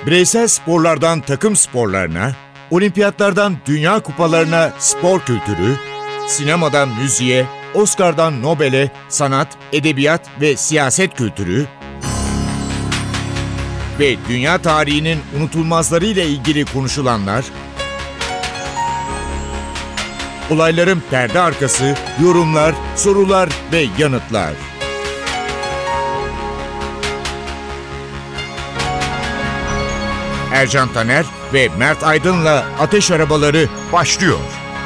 Bireysel sporlardan takım sporlarına, olimpiyatlardan dünya kupalarına spor kültürü, sinemadan müziğe, Oscar'dan Nobel'e sanat, edebiyat ve siyaset kültürü ve dünya tarihinin unutulmazlarıyla ilgili konuşulanlar, olayların perde arkası, yorumlar, sorular ve yanıtlar. Ercan Taner ve Mert Aydın'la Ateş Arabaları başlıyor.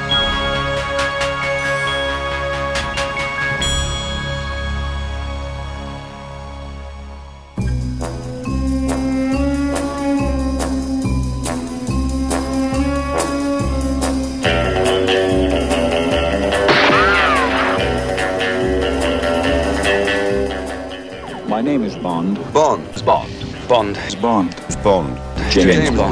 My name is Bond. Bond. Bond. Bond. Bond. Bond. James Bond.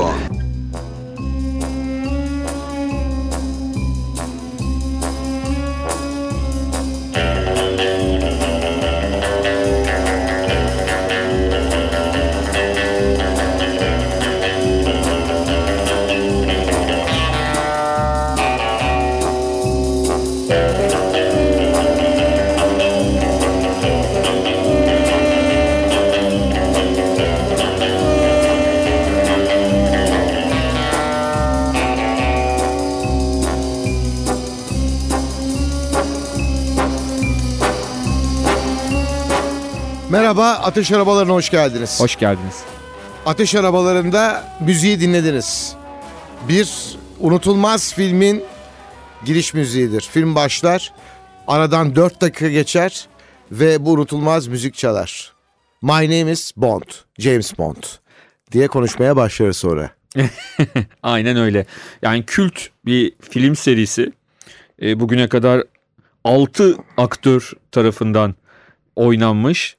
Merhaba, Ateş Arabaları'na hoş geldiniz. Hoş geldiniz. Ateş Arabaları'nda müziği dinlediniz. Bir unutulmaz filmin giriş müziğidir. Film başlar, aradan 4 dakika geçer ve bu unutulmaz müzik çalar. My name is Bond, James Bond diye konuşmaya başlarız sonra. Aynen öyle. Yani kült bir film serisi. Bugüne kadar 6 aktör tarafından oynanmış.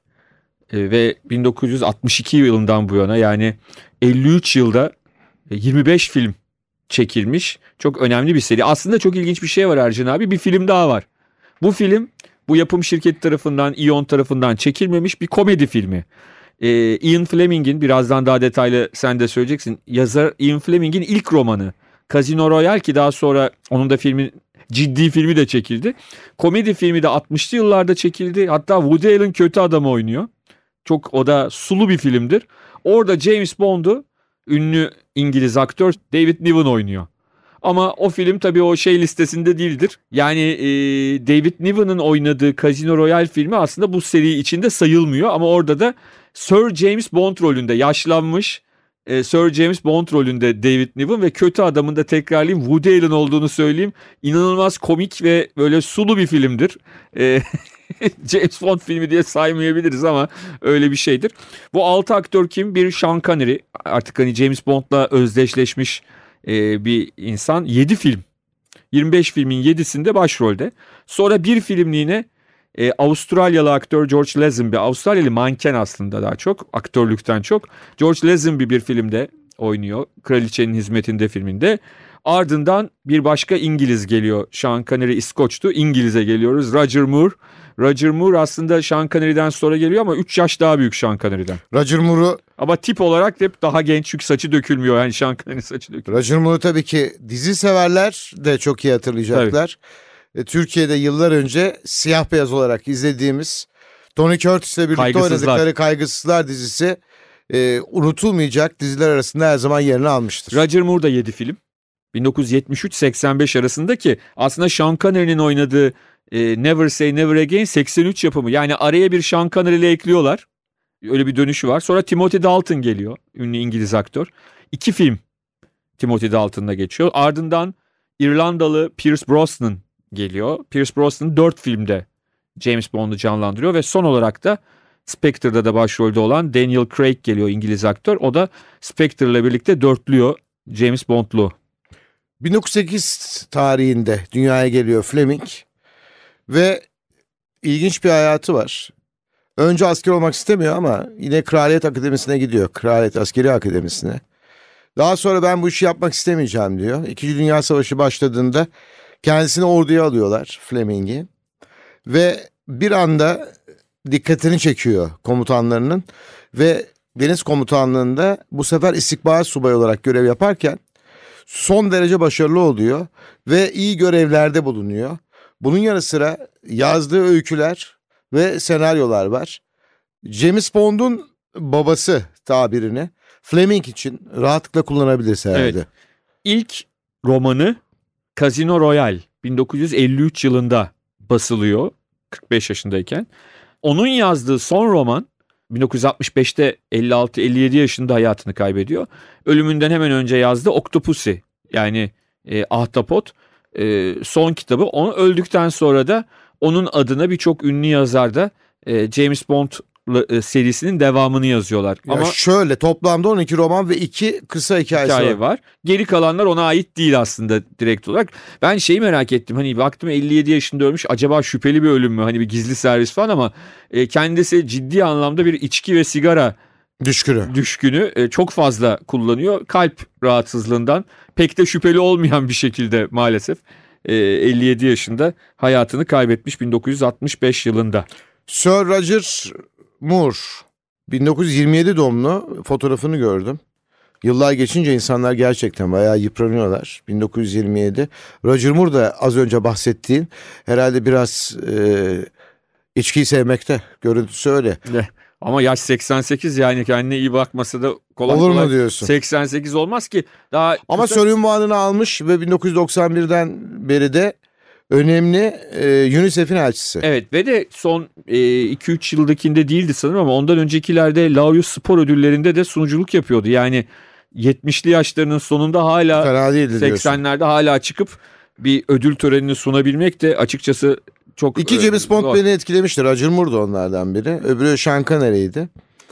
Ve 1962 yılından bu yana, yani 53 yılda 25 film çekilmiş. Çok önemli bir seri. Aslında çok ilginç bir şey var Ercan abi. Bir film daha var. Bu film bu yapım şirketi tarafından, Eon tarafından çekilmemiş bir komedi filmi. Ian Fleming'in, birazdan daha detaylı sen de söyleyeceksin, yazar Ian Fleming'in ilk romanı Casino Royale, ki daha sonra onun da ciddi filmi de çekildi. Komedi filmi de 60'lı yıllarda çekildi. Hatta Woody Allen kötü adamı oynuyor. Çok, o da sulu bir filmdir. Orada James Bond'u ünlü İngiliz aktör David Niven oynuyor. Ama o film tabii o listesinde değildir. Yani David Niven'ın oynadığı Casino Royale filmi aslında bu seri içinde sayılmıyor. Ama orada da Sir James Bond rolünde yaşlanmış Sir James Bond rolünde David Niven ve kötü adamın da, tekrarlayayım, Woody Allen olduğunu söyleyeyim. İnanılmaz komik ve böyle sulu bir filmdir. James Bond filmi diye saymayabiliriz ama öyle bir şeydir. Bu 6 aktör kim? Bir Sean Connery, artık hani James Bond'la özdeşleşmiş bir insan. 7 film. 25 filmin 7'sinde başrolde. Sonra bir filmliğine Avustralyalı aktör George Lazenby, Avustralyalı manken aslında, daha çok aktörlükten çok. George Lazenby bir filmde oynuyor. Kraliçenin Hizmetinde filminde. Ardından bir başka İngiliz geliyor. Sean Connery İskoç'tu. İngiliz'e geliyoruz. Roger Moore. Roger Moore aslında Sean Connery'den sonra geliyor ama 3 yaş daha büyük Sean Connery'den. Roger Moore'u... Ama tip olarak hep daha genç, çünkü saçı dökülmüyor. Yani Sean Connery'nin saçı dökülmüyor. Roger Moore'u tabii ki dizi severler de çok iyi hatırlayacaklar. Türkiye'de yıllar önce siyah beyaz olarak izlediğimiz Tony Curtis'le birlikte oynadıkları Kaygısızlar dizisi unutulmayacak diziler arasında her zaman yerini almıştır. Roger Moore da 7 film. 1973-85 arasında, ki aslında Sean Connery'nin oynadığı Never Say Never Again 83 yapımı. Yani araya bir Sean Connery'le ekliyorlar. Öyle bir dönüşü var. Sonra Timothy Dalton geliyor. Ünlü İngiliz aktör. 2 film Timothy Dalton'la geçiyor. Ardından İrlandalı Pierce Brosnan geliyor. Pierce Brosnan 4 filmde James Bond'u canlandırıyor ve son olarak da Spectre'da da başrolde olan Daniel Craig geliyor, İngiliz aktör. O da Spectre'la birlikte dörtlüyor James Bond'lu. 1908 tarihinde dünyaya geliyor Fleming ve ilginç bir hayatı var. Önce asker olmak istemiyor ama yine Kraliyet Akademisi'ne gidiyor. Kraliyet Askeri Akademisi'ne. Daha sonra ben bu işi yapmak istemeyeceğim diyor. İkinci Dünya Savaşı başladığında kendisini orduya alıyorlar, Fleming'i. Ve bir anda dikkatini çekiyor komutanlarının ve Deniz Komutanlığı'nda bu sefer istihbarat subayı olarak görev yaparken son derece başarılı oluyor ve iyi görevlerde bulunuyor. Bunun yanı sıra yazdığı öyküler ve senaryolar var. James Bond'un babası tabirini Fleming için rahatlıkla kullanabiliriz herhalde. Evet. İlk romanı Casino Royale 1953 yılında basılıyor 45 yaşındayken. Onun yazdığı son roman 1965'te 56-57 yaşında hayatını kaybediyor. Ölümünden hemen önce yazdığı Octopussy yani Ahtapot son kitabı. Onu öldükten sonra da onun adına birçok ünlü yazar da James Bond serisinin devamını yazıyorlar. Ya ama şöyle toplamda 12 roman ve 2 kısa hikayesi var. Geri kalanlar ona ait değil aslında direkt olarak. Ben şeyi merak ettim. Hani baktım 57 yaşında ölmüş. Acaba şüpheli bir ölüm mü? Hani bir gizli servis falan ama kendisi ciddi anlamda bir içki ve sigara düşkünü. Çok fazla kullanıyor. Kalp rahatsızlığından pek de şüpheli olmayan bir şekilde maalesef 57 yaşında hayatını kaybetmiş 1965 yılında. Sir Roger Moore 1927 doğumlu, fotoğrafını gördüm. Yıllar geçince insanlar gerçekten bayağı yıpranıyorlar. 1927. Roger Moore da az önce bahsettiğin herhalde biraz içkiyi sevmekte. Görüntüsü öyle. Ama yaş 88 yani kendine iyi bakması da kolay olur kolay mu diyorsun? 88 olmaz ki. Daha ama Sir ünvanını almış ve 1991'den beri de önemli UNICEF'in elçisi. Evet ve de son 2-3 yıldakinde değildi sanırım ama ondan öncekilerde Laureus Spor ödüllerinde de sunuculuk yapıyordu. Yani 70'li yaşlarının sonunda hala 80'lerde hala çıkıp bir ödül törenini sunabilmek de açıkçası çok İki James Bond beni etkilemiştir. Roger Moore da onlardan biri. Öbürü Sean Connery'ydi.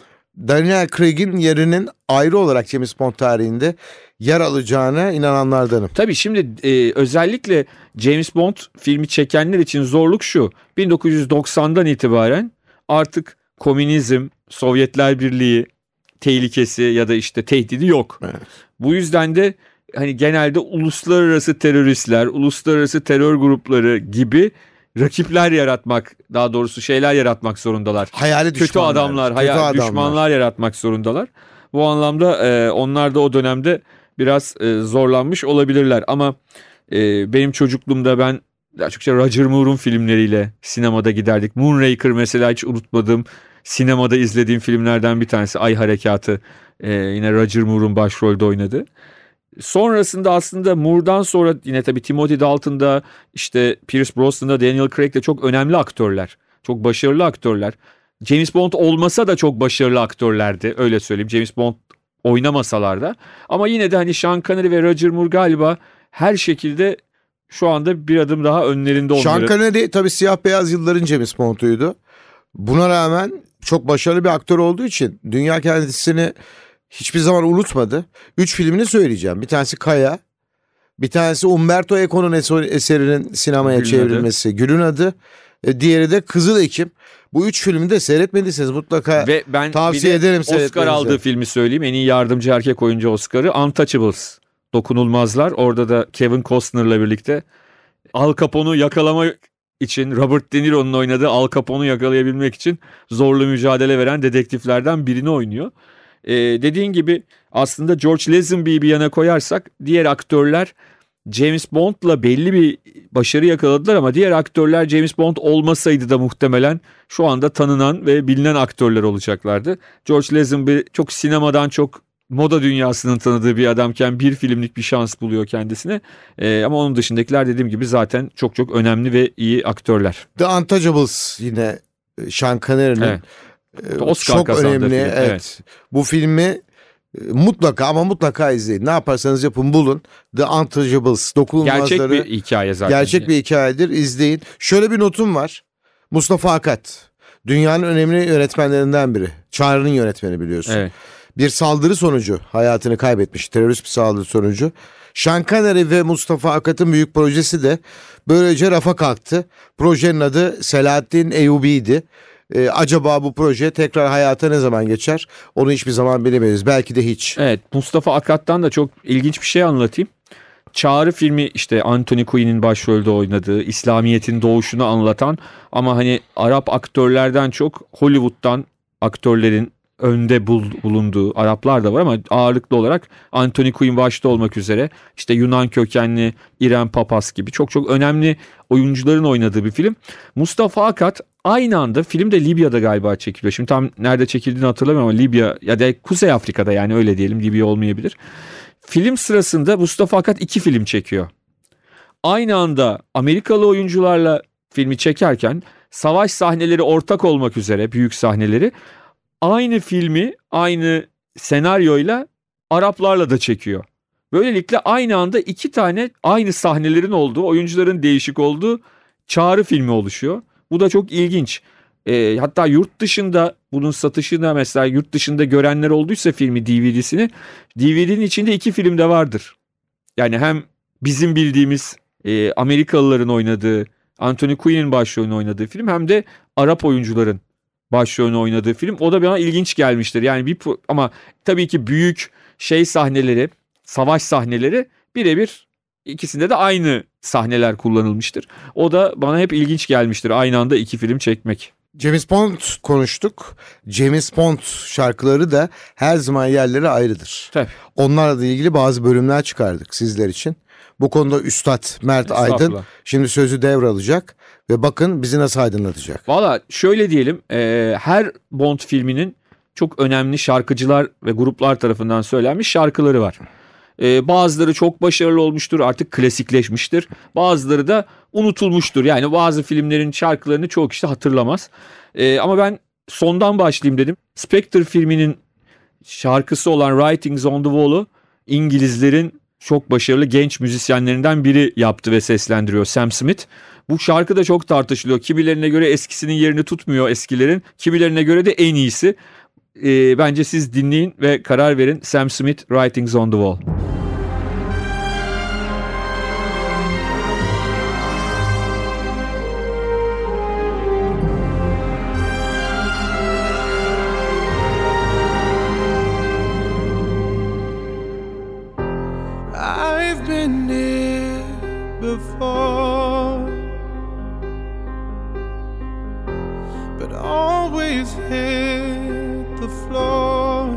Daniel Craig'in yerinin ayrı olarak James Bond tarihinde yer alacağına inananlardanım. Tabii şimdi özellikle James Bond filmi çekenler için zorluk şu. 1990'dan itibaren artık komünizm, Sovyetler Birliği tehlikesi ya da işte tehdidi yok. Evet. Bu yüzden de hani genelde uluslararası teröristler, uluslararası terör grupları gibi rakipler yaratmak, daha doğrusu şeyler yaratmak zorundalar. Hayali kötü adamlar, düşmanlar yaratmak zorundalar. Bu anlamda onlar da o dönemde biraz zorlanmış olabilirler. Ama benim çocukluğumda ben açıkça Roger Moore'un filmleriyle sinemada giderdik. Moonraker mesela hiç unutmadığım sinemada izlediğim filmlerden bir tanesi. Ay Harekatı yine Roger Moore'un başrolde oynadı. Sonrasında aslında Moore'dan sonra yine tabii Timothy Dalton'da işte Pierce Brosnan'da Daniel Craig'de çok önemli aktörler. Çok başarılı aktörler. James Bond olmasa da çok başarılı aktörlerdi öyle söyleyeyim. James Bond oynamasalar da. Ama yine de hani Sean Connery ve Roger Moore galiba her şekilde şu anda bir adım daha önlerinde onları. Sean Connery tabii siyah beyaz yılların James Bond'uydu. Buna rağmen çok başarılı bir aktör olduğu için dünya kendisini hiçbir zaman unutmadı. 3 filmini söyleyeceğim. Bir tanesi Kaya, bir tanesi Umberto Eco'nun eserinin sinemaya çevrilmesi Gül'ün Adı. Diğeri de Kızıl Ekim. Bu 3 filmi de seyretmediyseniz mutlaka ve ben tavsiye ederim seyretmenizi. Oscar aldığı filmi söyleyeyim. En iyi yardımcı erkek oyuncu Oscar'ı Untouchables. Dokunulmazlar. Orada da Kevin Costner'la birlikte Al Capone'u yakalamak için Robert De Niro'nun oynadığı Al Capone'u yakalayabilmek için zorlu mücadele veren dedektiflerden birini oynuyor. Dediğin gibi aslında George Lazenby'yi bir yana koyarsak diğer aktörler James Bond'la belli bir başarı yakaladılar ama diğer aktörler James Bond olmasaydı da muhtemelen şu anda tanınan ve bilinen aktörler olacaklardı. George Lazenby çok sinemadan çok moda dünyasının tanıdığı bir adamken bir filmlik bir şans buluyor kendisine. Ama onun dışındakiler dediğim gibi zaten çok çok önemli ve iyi aktörler. The Untouchables yine Sean Connery'nin. Evet. Oscar çok önemli. Film. Evet. Bu filmi mutlaka izleyin. Ne yaparsanız yapın bulun. The Untouchables. Dokunulmazları. Gerçek bir hikaye zaten. Gerçek bir hikayedir. İzleyin. Şöyle bir notum var. Mustafa Akat. Dünyanın önemli yönetmenlerinden biri. Çağrı'nın yönetmeni biliyorsun. Evet. Bir saldırı sonucu hayatını kaybetmiş. Terörist bir saldırı sonucu. Sean Connery ve Mustafa Akat'ın büyük projesi de böylece rafa kalktı. Projenin adı Selahattin Eyyubi'ydi. Acaba bu proje tekrar hayata ne zaman geçer? Onu hiçbir zaman bilemeyiz. Belki de hiç. Evet, Mustafa Akat'tan da çok ilginç bir şey anlatayım. Çağrı filmi işte Anthony Quinn'in başrolde oynadığı, İslamiyet'in doğuşunu anlatan ama hani Arap aktörlerden çok Hollywood'dan aktörlerin önde bulunduğu Araplar da var ama ağırlıklı olarak Anthony Quinn başta olmak üzere işte Yunan kökenli İrem Papas gibi çok çok önemli oyuncuların oynadığı bir film. Mustafa Akat aynı anda film de Libya'da galiba çekiliyor. Şimdi tam nerede çekildiğini hatırlamıyorum ama Libya ya da Kuzey Afrika'da, yani öyle diyelim, Libya olmayabilir. Film sırasında Mustafa Akat 2 film çekiyor. Aynı anda Amerikalı oyuncularla filmi çekerken savaş sahneleri ortak olmak üzere, büyük sahneleri, aynı filmi aynı senaryoyla Araplarla da çekiyor. Böylelikle aynı anda 2 tane aynı sahnelerin olduğu, oyuncuların değişik olduğu çağrı filmi oluşuyor. Bu da çok ilginç. Hatta yurt dışında bunun satışını, mesela yurt dışında görenler olduysa filmi, DVD'sini, DVD'nin içinde 2 film de vardır. Yani hem bizim bildiğimiz Amerikalıların oynadığı, Anthony Quinn'in başrolünü oynadığı film, hem de Arap oyuncuların başrolünü oynadığı film. O da bana ilginç gelmiştir. Yani ama tabii ki büyük sahneleri, savaş sahneleri birebir, ikisinde de aynı sahneler kullanılmıştır. O da bana hep ilginç gelmiştir, aynı anda 2 film çekmek. James Bond konuştuk. James Bond şarkıları da her zaman yerleri ayrıdır. Tabii. Onlarla da ilgili bazı bölümler çıkardık sizler için. Bu konuda Üstad Mert Aydın şimdi sözü devralacak ve bakın bizi nasıl aydınlatacak. Valla şöyle diyelim, her Bond filminin çok önemli şarkıcılar ve gruplar tarafından söylenmiş şarkıları var. Bazıları çok başarılı olmuştur, artık klasikleşmiştir. Bazıları da unutulmuştur. Yani bazı filmlerin şarkılarını çoğu kişi hatırlamaz. Ama ben sondan başlayayım dedim. Spectre filminin şarkısı olan Writings on the Wall'u İngilizlerin çok başarılı genç müzisyenlerinden biri yaptı ve seslendiriyor, Sam Smith. Bu şarkı da çok tartışılıyor. Kimilerine göre eskisinin yerini tutmuyor eskilerin. Kimilerine göre de en iyisi. Bence siz dinleyin ve karar verin. Sam Smith, Writings on the Wall. I've been here before, but always hit the floor.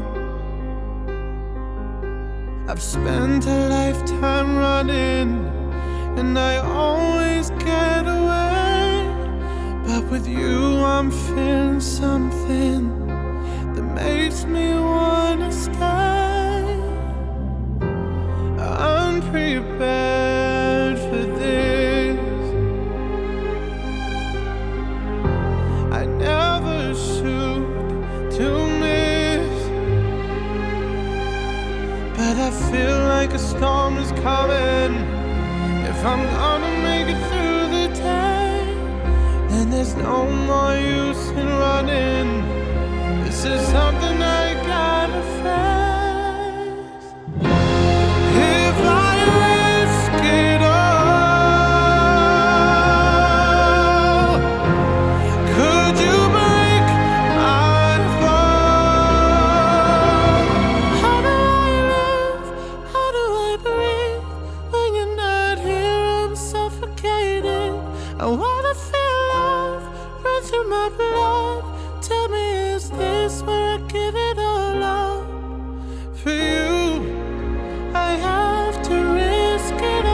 I've spent a lifetime running, and I always get away. But with you I'm feeling something that makes me wanna stay. Unprepared for this, I never shoot to miss, but I feel like a storm is coming. If I'm gonna make it through the day, then there's no more use in running. This is something I gotta face. If I risk it all, could you break my fall? How do I live? How do I breathe? When you're not here, I'm suffocating. I wanna feel love run through my blood. Tell me, is this where I give it all up? For you, I have to risk it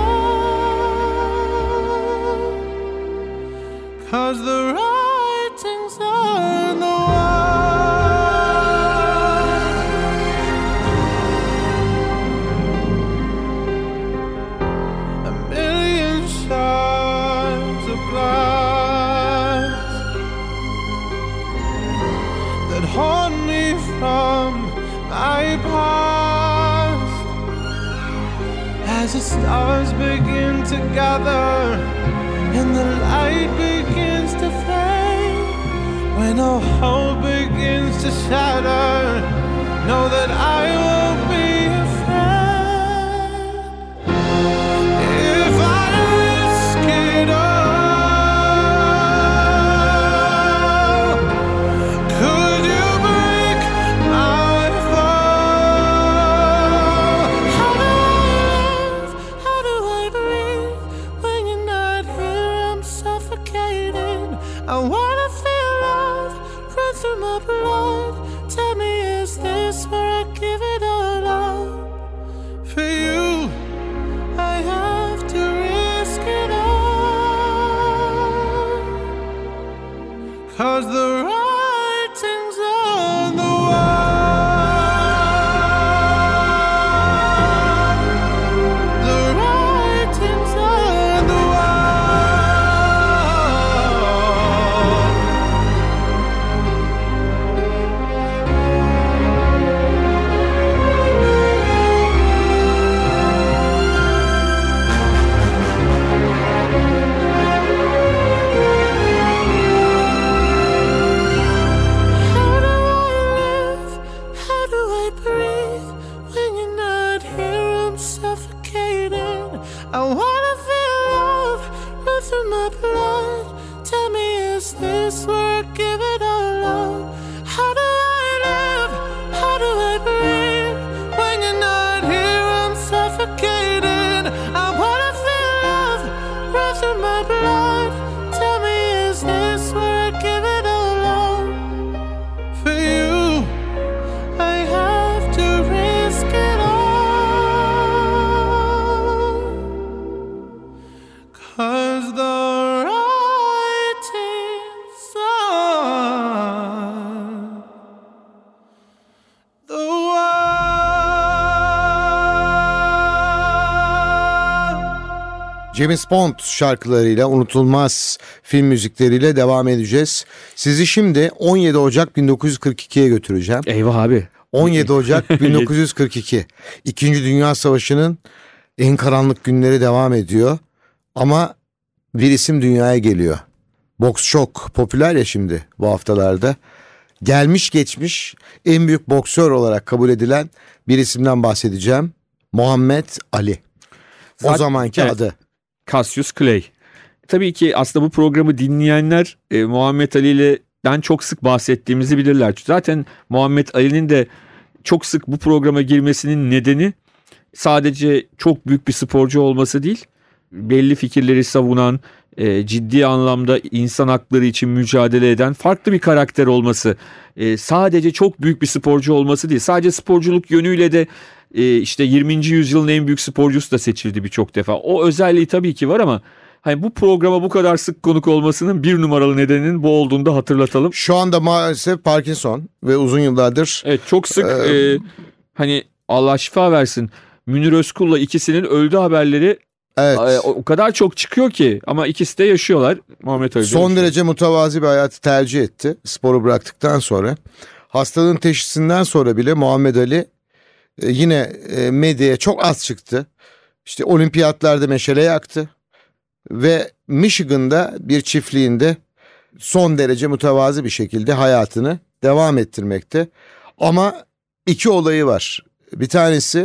all, 'cause the writing's on the wall. A million shards of glass that haunt me from my past. As the stars begin to gather and the light begins to fade, when all hope begins to shatter, know that I won't be afraid. If I risk it all, could you break my fall? How do I live? How do I breathe? When you're not here, I'm suffocating. I wanna feel love run through my blood. Tell me, James Bond şarkılarıyla, unutulmaz film müzikleriyle devam edeceğiz. Sizi şimdi 17 Ocak 1942'ye götüreceğim. Eyvah abi. 17 Ocak 1942. İkinci Dünya Savaşı'nın en karanlık günleri devam ediyor. Ama bir isim dünyaya geliyor. Boks çok popüler ya şimdi bu haftalarda. Gelmiş geçmiş en büyük boksör olarak kabul edilen bir isimden bahsedeceğim. Muhammed Ali. O zamanki evet, adı. Cassius Clay. Tabii ki aslında bu programı dinleyenler Muhammed Ali'den çok sık bahsettiğimizi bilirler. Zaten Muhammed Ali'nin de çok sık bu programa girmesinin nedeni sadece çok büyük bir sporcu olması değil, belli fikirleri savunan, ciddi anlamda insan hakları için mücadele eden farklı bir karakter olması. Sadece çok büyük bir sporcu olması değil, sadece sporculuk yönüyle de işte 20. yüzyılın en büyük sporcusu da seçildi birçok defa. O özelliği tabii ki var ama hani bu programa bu kadar sık konuk olmasının bir numaralı nedeninin bu olduğunu da hatırlatalım. Şu anda maalesef Parkinson ve uzun yıllardır. Evet, çok sık hani Allah şifa versin, Münir Özkul'la ikisinin öldü haberleri Evet. o kadar çok çıkıyor ki, ama ikisi de yaşıyorlar. Muhammed Ali Son derece mütevazi bir hayatı tercih etti sporu bıraktıktan sonra. Hastalığın teşhisinden sonra bile Muhammed Ali yine medyaya çok az çıktı. İşte olimpiyatlarda meşale yaktı ve Michigan'da bir çiftliğinde son derece mütevazi bir şekilde hayatını devam ettirmekte. Ama iki olayı var. Bir tanesi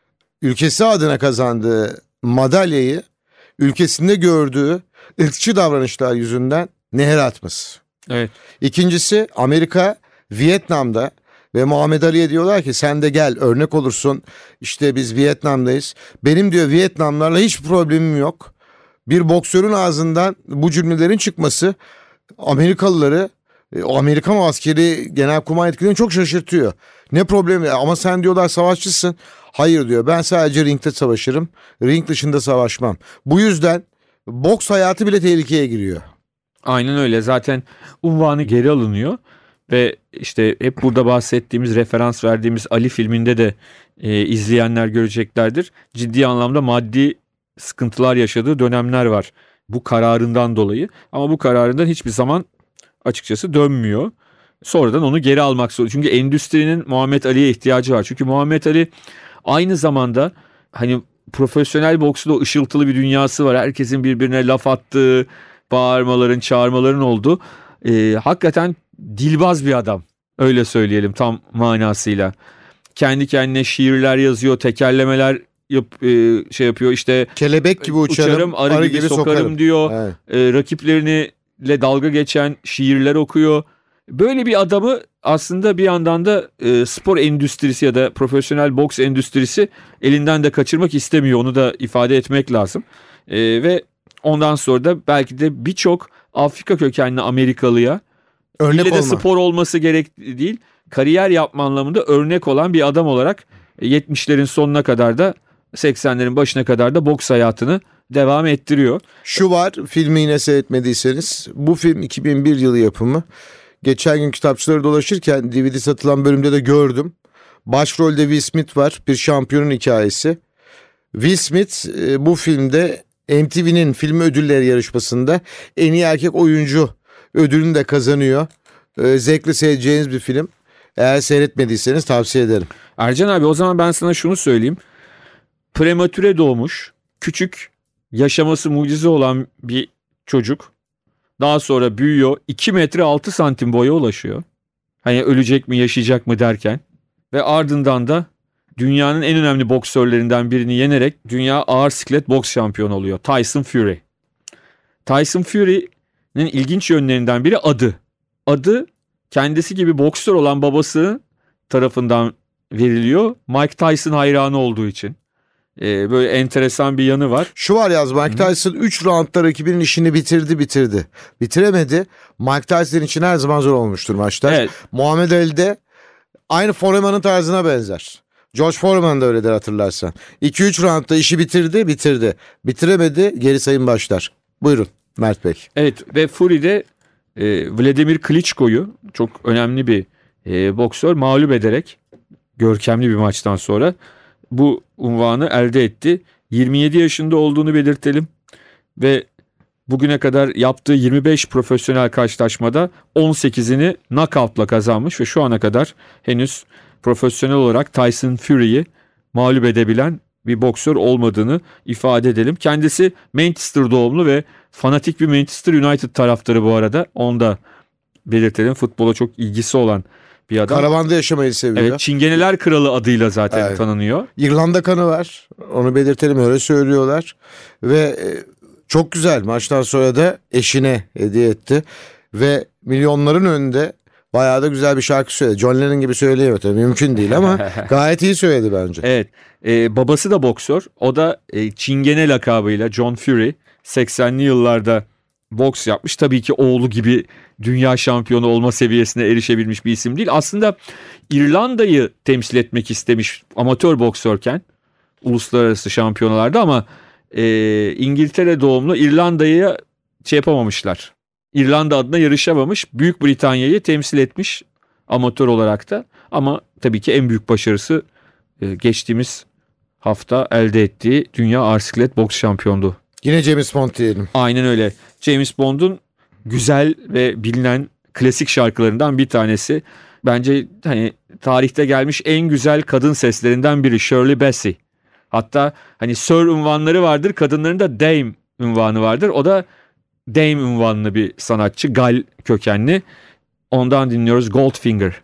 ülkesi adına kazandığı madalyayı ülkesinde gördüğü ırkçı davranışlar yüzünden nehre atması. Evet. İkincisi Amerika Vietnam'da ve Muhammed Ali'ye diyorlar ki sen de gel örnek olursun, işte biz Vietnam'dayız. Benim diyor Vietnamlarla hiç problemim yok. Bir boksörün ağzından bu cümlelerin çıkması Amerikalıları, Amerikan askeri genelkurmay yetkililerini çok şaşırtıyor. Ne problemi, ama sen diyorlar savaşçısın. Hayır diyor, ben sadece ringde savaşırım. Ring dışında savaşmam. Bu yüzden boks hayatı bile tehlikeye giriyor. Aynen öyle. Zaten unvanı geri alınıyor ve işte hep burada bahsettiğimiz, referans verdiğimiz Ali filminde de izleyenler göreceklerdir. Ciddi anlamda maddi sıkıntılar yaşadığı dönemler var bu kararından dolayı. Ama bu kararından hiçbir zaman açıkçası dönmüyor. Sonradan onu geri almak zorunda. Çünkü endüstrinin Muhammed Ali'ye ihtiyacı var. Çünkü Muhammed Ali aynı zamanda hani profesyonel boksta o ışıltılı bir dünyası var. Herkesin birbirine laf attığı, bağırmaların, çağırmaların olduğu. Hakikaten dilbaz bir adam. Öyle söyleyelim tam manasıyla. Kendi kendine şiirler yazıyor, tekerlemeler yapıyor. İşte kelebek gibi uçarım, arı gibi sokarım diyor. Evet. Rakiplerine dalga geçen şiirler okuyor. Böyle bir adamı aslında bir yandan da spor endüstrisi ya da profesyonel boks endüstrisi elinden de kaçırmak istemiyor. Onu da ifade etmek lazım. Ve ondan sonra da belki de birçok Afrika kökenli Amerikalıya Örnek de olma. spor olması gerek değil, kariyer yapma anlamında örnek olan bir adam olarak 70'lerin sonuna kadar da 80'lerin başına kadar da boks hayatını devam ettiriyor. Şu var, filmi yine seyretmediyseniz, bu film 2001 yılı yapımı. Geçen gün kitapçıları dolaşırken DVD satılan bölümde de gördüm. Başrolde Will Smith var, bir şampiyonun hikayesi. Will Smith bu filmde MTV'nin film ödülleri yarışmasında en iyi erkek oyuncu ödülünü de kazanıyor. Zevkle seyredeceğiniz bir film. Eğer seyretmediyseniz tavsiye ederim. Ercan abi, o zaman ben sana şunu söyleyeyim. Prematüre doğmuş, küçük, yaşaması mucize olan bir çocuk. Daha sonra büyüyor, 2 metre 6 santim boya ulaşıyor. Hani ölecek mi yaşayacak mı derken. Ve ardından da dünyanın en önemli boksörlerinden birini yenerek dünya ağır siklet boks şampiyonu oluyor. Tyson Fury. Tyson Fury'nin ilginç yönlerinden biri adı. Adı kendisi gibi boksör olan babası tarafından veriliyor. Mike Tyson hayranı olduğu için. Böyle enteresan bir yanı var. Şu var yaz, Mike Tyson 3 roundda rakibinin işini bitirdi. Bitiremedi. Mike Tyson için her zaman zor olmuştur maçlar. Evet. Muhammed Ali de aynı Foreman'ın tarzına benzer. George Foreman da öyledir hatırlarsan. 2-3 roundda işi bitirdi. Bitiremedi, geri sayım başlar. Buyurun Mert Bey. Evet, ve Fury de Vladimir Klitschko'yu, çok önemli bir boksör, mağlup ederek görkemli bir maçtan sonra bu unvanı elde etti. 27 yaşında olduğunu belirtelim. ve bugüne kadar yaptığı 25 profesyonel karşılaşmada 18'ini knockout'la kazanmış ve şu ana kadar henüz profesyonel olarak Tyson Fury'yi mağlup edebilen bir boksör olmadığını ifade edelim. Kendisi Manchester doğumlu ve fanatik bir Manchester United taraftarı bu arada. Onu da belirtelim. Futbola çok ilgisi olan bir adam. Karavanda yaşamayı seviyor. Evet, Çingeneler Kralı adıyla zaten tanınıyor. İrlanda kanı var. Onu belirtelim, öyle söylüyorlar. Ve çok güzel, maçtan sonra da eşine hediye etti. Ve milyonların önünde bayağı da güzel bir şarkı söyledi. John Lennon gibi söyleyemiyor tabii, mümkün değil ama gayet iyi söyledi bence. Evet. Babası da boksör. O da Çingene lakabıyla John Fury 80'li yıllarda boks yapmış. Tabii ki oğlu gibi dünya şampiyonu olma seviyesine erişebilmiş bir isim değil. Aslında İrlanda'yı temsil etmek istemiş amatör boksörken uluslararası şampiyonalarda ama İngiltere doğumlu İrlanda'yı yapamamışlar. İrlanda adına yarışamamış. Büyük Britanya'yı temsil etmiş amatör olarak da. Ama tabii ki en büyük başarısı geçtiğimiz hafta elde ettiği dünya ağır siklet boks şampiyonluğu. Yine James Bond diyelim. Aynen öyle. James Bond'un güzel ve bilinen klasik şarkılarından bir tanesi. Bence hani tarihte gelmiş en güzel kadın seslerinden biri Shirley Bassey. Hatta hani Sir unvanları vardır, kadınların da Dame unvanı vardır. O da Dame unvanlı bir sanatçı, Gal kökenli. Ondan dinliyoruz Goldfinger.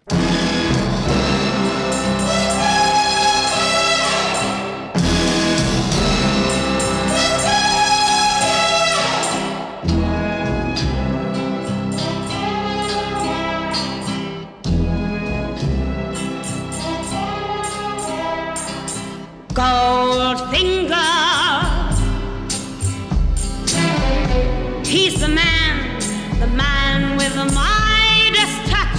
Goldfinger, he's the man with the Midas touch,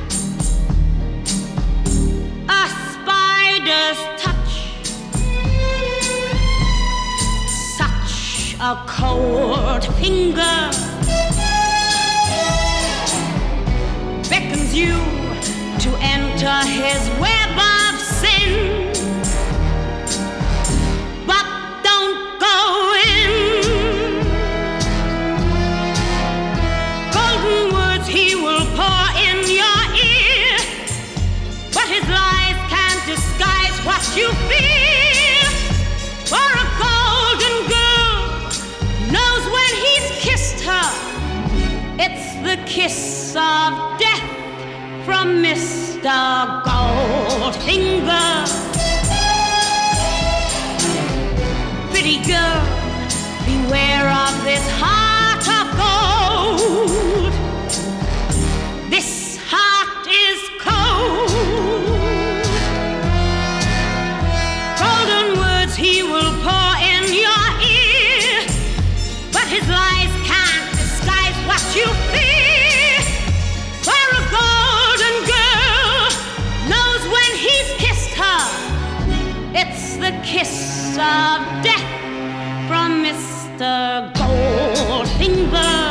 a spider's touch, such a cold finger beckons you to enter his web of sin. You feel for a golden girl knows when he's kissed her, it's the kiss of death from Mr. Goldfinger. Pretty girl, beware of this heart of gold. This heart is cold. He will pour in your ear, but his lies can't disguise what you fear. For a golden girl knows when he's kissed her, it's the kiss of death from Mr. Goldfinger.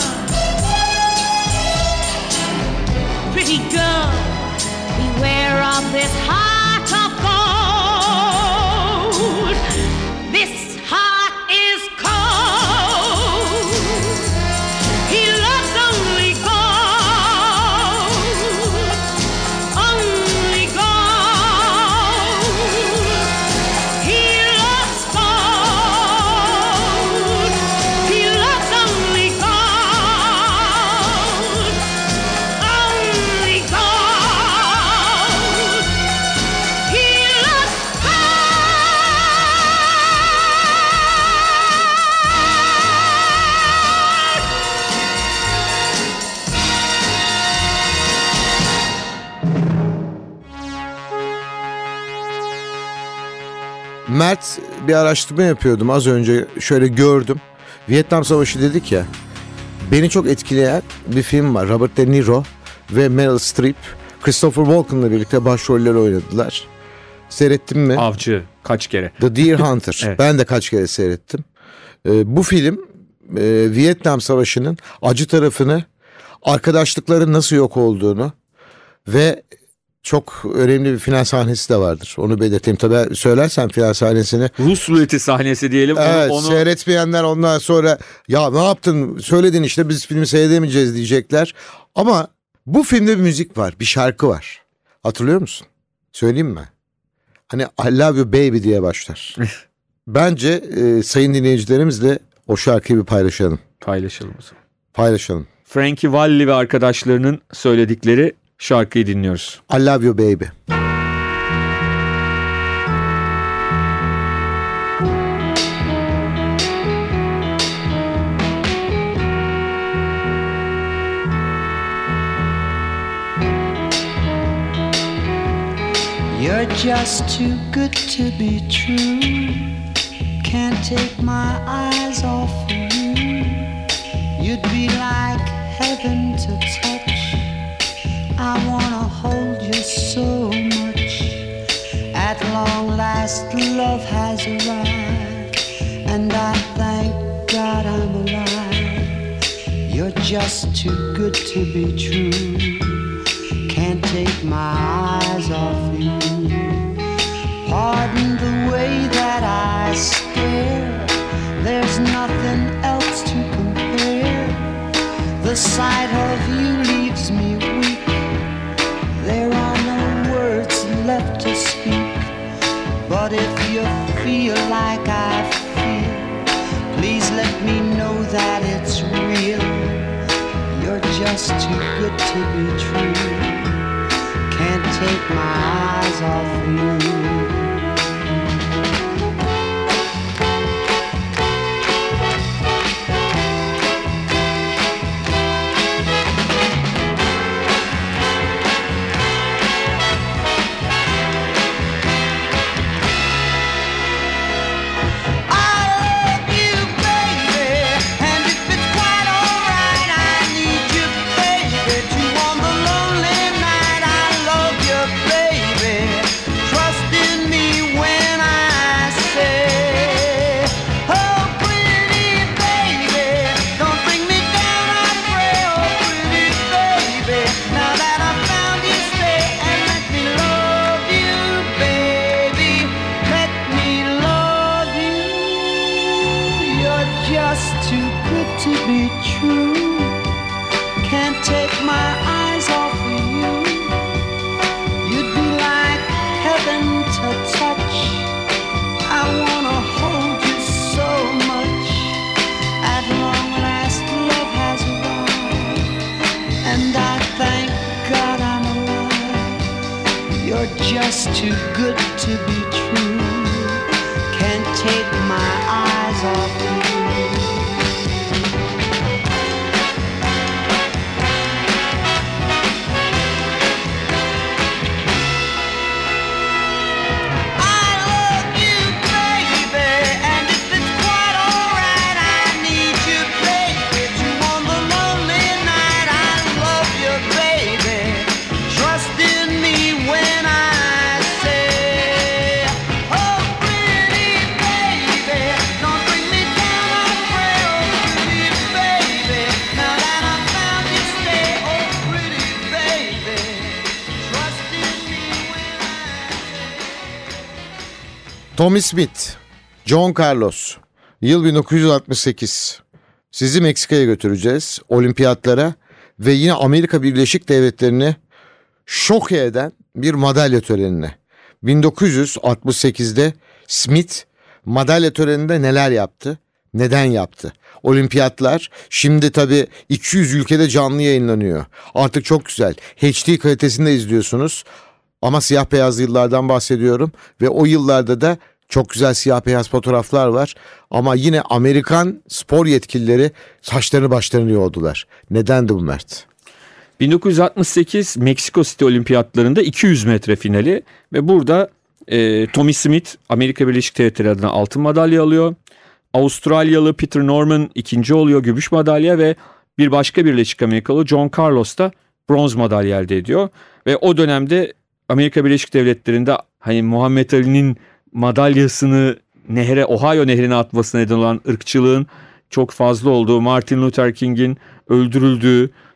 Pretty girl, beware of this heart of gold. This heart is cold. He loves only gold, only gold. He loves gold. He loves only gold, only gold. He loves Mert, bir araştırma yapıyordum az önce, şöyle gördüm. Vietnam Savaşı dedik ya. Beni çok etkileyen bir film var. Robert De Niro ve Meryl Streep Christopher Walken'la birlikte başroller oynadılar. Seyrettin mi? Avcı kaç kere? The Deer Hunter. Evet. Ben de kaç kere seyrettim. Bu film Vietnam Savaşı'nın acı tarafını, arkadaşlıkların nasıl yok olduğunu ve çok önemli bir final sahnesi de vardır. Onu belirteyim. Tabii söylersem final sahnesini. Rus ruleti sahnesi diyelim. Evet, onu... seyretmeyenler ondan sonra ya ne yaptın söyledin işte biz filmi seyredemeyeceğiz diyecekler. Ama bu filmde bir müzik var, bir şarkı var. Hatırlıyor musun? Söyleyeyim mi? Hani I Love You Baby diye başlar. Bence sayın dinleyicilerimizle o şarkıyı bir paylaşalım. Paylaşalım o zaman. Paylaşalım. Frankie Valli ve arkadaşlarının söyledikleri şarkıyı dinliyoruz. I Love You Baby. You're just too good to be true. Can't take my eyes off of you. You'd be like heaven to touch. I wanna hold you so much. At long last love has arrived, and I thank God I'm alive. You're just too good to be true. Can't take my eyes off you. Pardon the way that I stare. There's nothing else to compare. The sight of you leaves me weak. There are no words left to speak. But if you feel like I feel, please let me know that it's real. You're just too good to be true. Can't take my eyes off you. Just too good to be true. Can't take my eyes off you. Tommy Smith, John Carlos, yıl 1968. Sizi Meksika'ya götüreceğiz, olimpiyatlara ve yine Amerika Birleşik Devletleri'ni şok eden bir madalya törenine. 1968'de Smith madalya töreninde neler yaptı, neden yaptı? Olimpiyatlar şimdi tabii 200 ülkede canlı yayınlanıyor. Artık çok güzel, HD kalitesinde izliyorsunuz. Ama siyah beyaz yıllardan bahsediyorum ve o yıllarda da çok güzel siyah beyaz fotoğraflar var. Ama yine Amerikan spor yetkilileri saçlarını başlarını yoldular. Nedendi bu Mert? 1968 Meksiko City Olimpiyatlarında 200 metre finali ve burada Tommy Smith Amerika Birleşik Devletleri adına altın madalya alıyor. Avustralyalı Peter Norman ikinci oluyor, gümüş madalya ve bir başka Birleşik Amerikalı John Carlos da bronz madalya elde ediyor. Ve o dönemde Amerika Birleşik Devletleri'nde hani Muhammed Ali'nin madalyasını Ohio nehrine atmasına neden olan ırkçılığın çok fazla olduğu, Martin Luther King'in öldürüldüğü,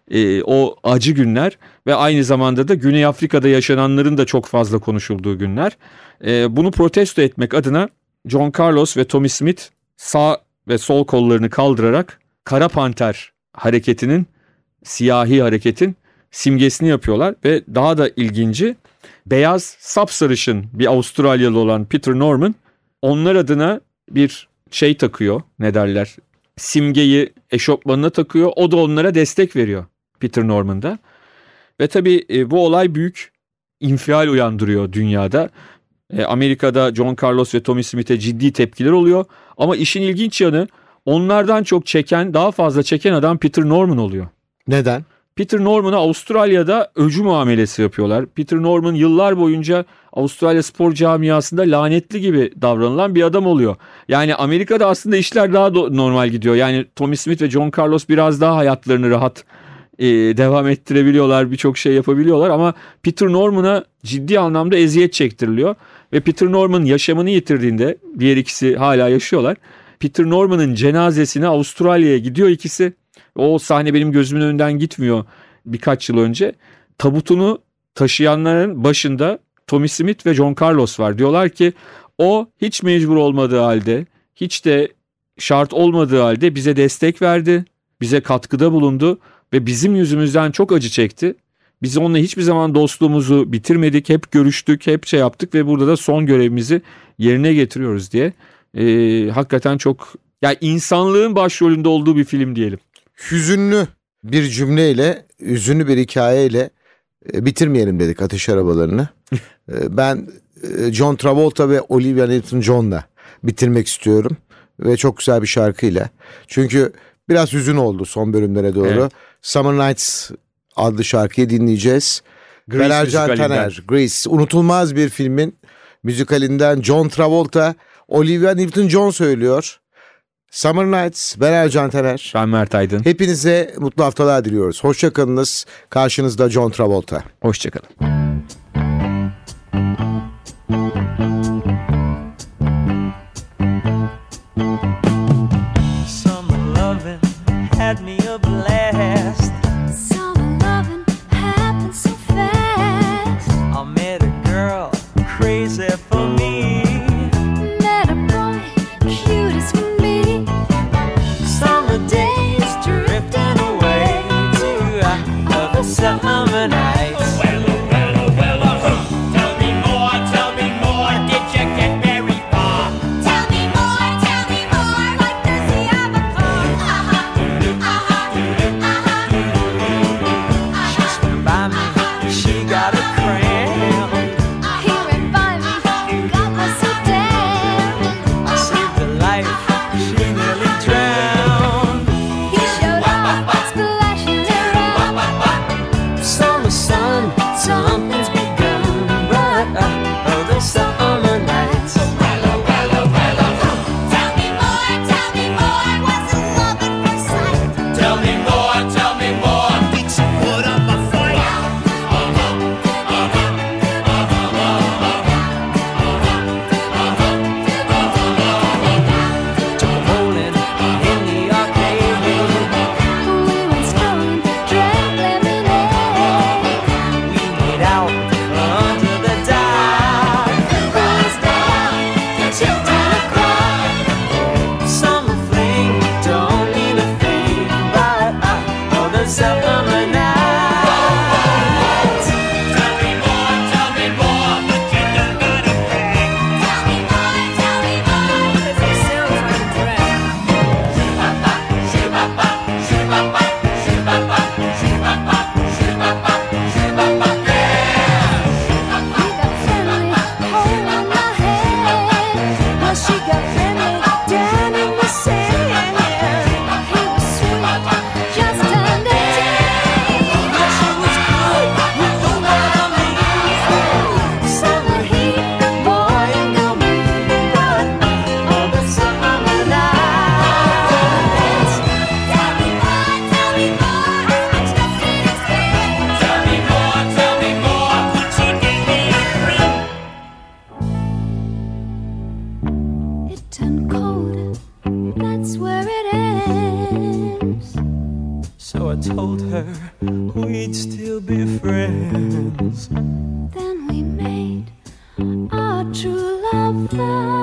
O acı günler ve aynı zamanda da Güney Afrika'da yaşananların da çok fazla konuşulduğu günler. Bunu protesto etmek adına John Carlos ve Tommy Smith sağ ve sol kollarını kaldırarak Kara Panter hareketinin, siyahi hareketin simgesini yapıyorlar ve daha da ilginci, beyaz sapsarışın bir Avustralyalı olan Peter Norman onlar adına bir şey takıyor, ne derler, simgeyi eşofmanına takıyor, o da onlara destek veriyor, Peter Norman'da. Ve tabii bu olay büyük infial uyandırıyor dünyada. Amerika'da John Carlos ve Tommy Smith'e ciddi tepkiler oluyor ama işin ilginç yanı, onlardan çok çeken, daha fazla çeken adam Peter Norman oluyor. Neden? Peter Norman'a Avustralya'da öcü muamelesi yapıyorlar. Peter Norman yıllar boyunca Avustralya spor camiasında lanetli gibi davranılan bir adam oluyor. Yani Amerika'da aslında işler daha normal gidiyor. Yani Tommy Smith ve John Carlos biraz daha hayatlarını rahat devam ettirebiliyorlar. Birçok şey yapabiliyorlar ama Peter Norman'a ciddi anlamda eziyet çektiriliyor. Ve Peter Norman yaşamını yitirdiğinde, diğer ikisi hala yaşıyorlar, Peter Norman'ın cenazesine Avustralya'ya gidiyor ikisi. O sahne benim gözümün önünden gitmiyor birkaç yıl önce. Tabutunu taşıyanların başında Tommy Smith ve John Carlos var. Diyorlar ki o hiç mecbur olmadığı halde, hiç de şart olmadığı halde bize destek verdi, bize katkıda bulundu ve bizim yüzümüzden çok acı çekti. Biz onunla hiçbir zaman dostluğumuzu bitirmedik, hep görüştük, hep şey yaptık ve burada da son görevimizi yerine getiriyoruz diye. Hakikaten çok, yani insanlığın başrolünde olduğu bir film diyelim. Hüzünlü bir cümleyle, hüzünlü bir hikayeyle bitirmeyelim dedik Ateş Arabalarını. Ben John Travolta ve Olivia Newton-John'la bitirmek istiyorum ve çok güzel bir şarkıyla. Çünkü biraz hüzün oldu son bölümlere doğru. Evet. Summer Nights adlı şarkıyı dinleyeceğiz. Belalcan Taner, Grease, unutulmaz bir filmin müzikalinden John Travolta, Olivia Newton-John söylüyor. Summer Nights, Belalcan Taner. Ben Mert Aydın. Hepinize mutlu haftalar diliyoruz. Hoşçakalınız. Karşınızda John Travolta. Hoşçakalın. Summer loving had me a blast. Summer loving happened so fast. I met a girl crazy for me. Met a boy cute as can be. Summer days drifting away to other summer nights. love that